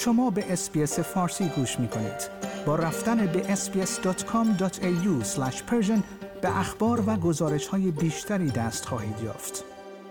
شما به اس‌بی‌اس فارسی گوش می‌کنید. با رفتن به sbs.com.au/persian به اخبار و گزارش‌های بیشتری دست خواهید یافت.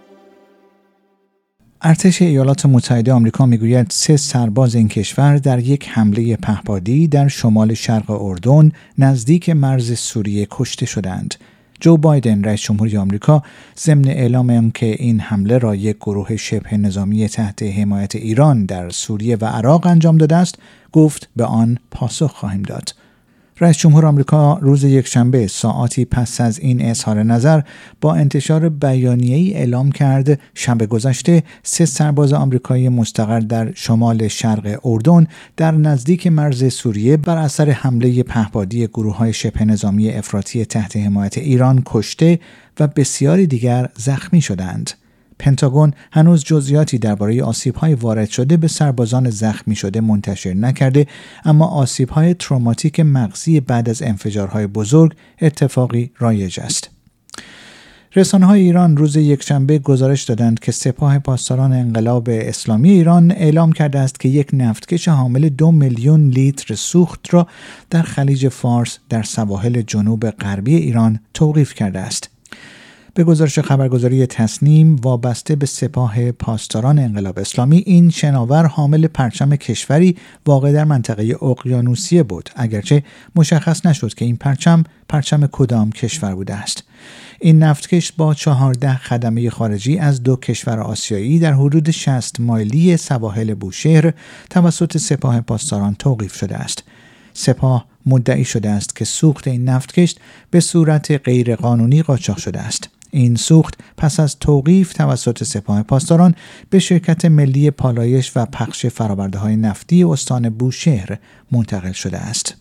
ارتش ایالات متحده آمریکا میگوید 3 سرباز این کشور در یک حمله پهپادی در شمال شرق اردن نزدیک مرز سوریه کشته شدند. جو بایدن رئیس جمهوری آمریکا ضمن اعلام آنکه این حمله را یک گروه شبه نظامی تحت حمایت ایران در سوریه و عراق انجام داده است، گفت به آن پاسخ خواهیم داد. رئیس جمهور آمریکا روز یکشنبه ساعاتی پس از این اظهار نظر با انتشار بیانیه‌ای اعلام کرد شنبه گذشته 3 سرباز آمریکایی مستقر در شمال شرق اردن در نزدیک مرز سوریه بر اثر حمله پهپادی گروه‌های شبه نظامی افراطی تحت حمایت ایران کشته و بسیاری دیگر زخمی شدند. پنتاگون هنوز جزئیاتی درباره آسیب‌های وارد شده به سربازان زخمی شده منتشر نکرده، اما آسیب‌های تروماتیک مغزی بعد از انفجارهای بزرگ اتفاقی رایج است. رسانه‌های ایران روز یکشنبه گزارش دادند که سپاه پاسداران انقلاب اسلامی ایران اعلام کرده است که یک نفتکش حامل 2 میلیون لیتر سوخت را در خلیج فارس در سواحل جنوب غربی ایران توقیف کرده است. به گزارش خبرگزاری تصنیم وابسته به سپاه پاسداران انقلاب اسلامی، این شناور حامل پرچم کشوری واقع در منطقه اقیانوسیه بود، اگرچه مشخص نشد که این پرچم کدام کشور بوده است. این نفتکش با 14 خدمه خارجی از 2 کشور آسیایی در حدود 60 مایلی سواحل بوشهر توسط سپاه پاسداران توقیف شده است. سپاه مدعی شده است که سوخت این نفتکش به صورت غیرقانونی قاچاق شده است. این سوخت پس از توقیف توسط سپاه پاسداران به شرکت ملی پالایش و پخش فرآورده‌های نفتی استان بوشهر منتقل شده است.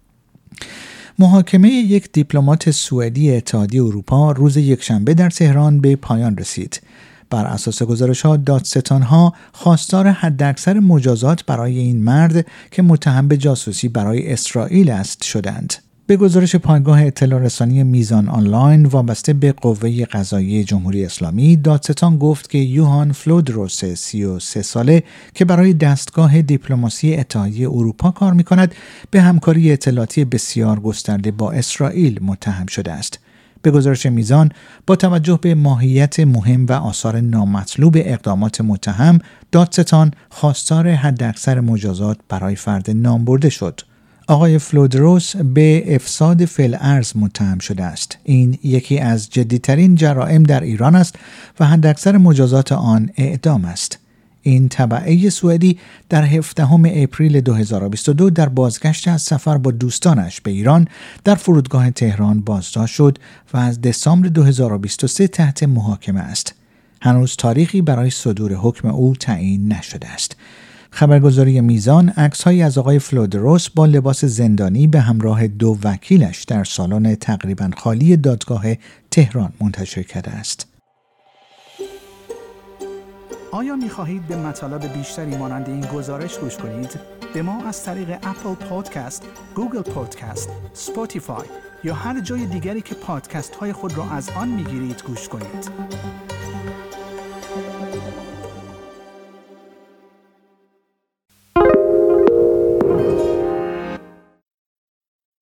محاکمه یک دیپلمات سوئدی اتحادیه اروپا روز یکشنبه در تهران به پایان رسید. بر اساس گزارش‌ها دادستان‌ها خواستار حداکثر مجازات برای این مرد که متهم به جاسوسی برای اسرائیل است شدند. به گزارش پایگاه اطلاع رسانی میزان آنلاین وابسته به قوه قضاییه جمهوری اسلامی، دادستان گفت که یوهان فلودروس 33 ساله که برای دستگاه دیپلماسی اتحادیه اروپا کار می‌کند، به همکاری اطلاعاتی بسیار گسترده با اسرائیل متهم شده است. به گزارش میزان، با توجه به ماهیت مهم و آثار نامطلوب اقدامات متهم، دادستان خواستار حداکثر مجازات برای فرد نامبرده شد. آقای فلودروس به افساد فی‌الارض متهم شده است. این یکی از جدی‌ترین جرائم در ایران است و حداکثر مجازات آن اعدام است. این تبعه سوئدی در 17 اپریل 2022 در بازگشت از سفر با دوستانش به ایران در فرودگاه تهران بازداشت شد و از دسامبر 2023 تحت محاکمه است. هنوز تاریخی برای صدور حکم او تعیین نشده است. خبرگزاری میزان عکس‌هایی از آقای فلودروس با لباس زندانی به همراه 2 وکیلش در سالن تقریباً خالی دادگاه تهران منتشر کرده است. آیا می‌خواهید به مطالب بیشتری مانند این گزارش گوش کنید؟ به ما از طریق اپل پادکست، گوگل پادکست، اسپاتیفای یا هر جای دیگری که پادکست‌های خود را از آن می‌گیرید گوش کنید.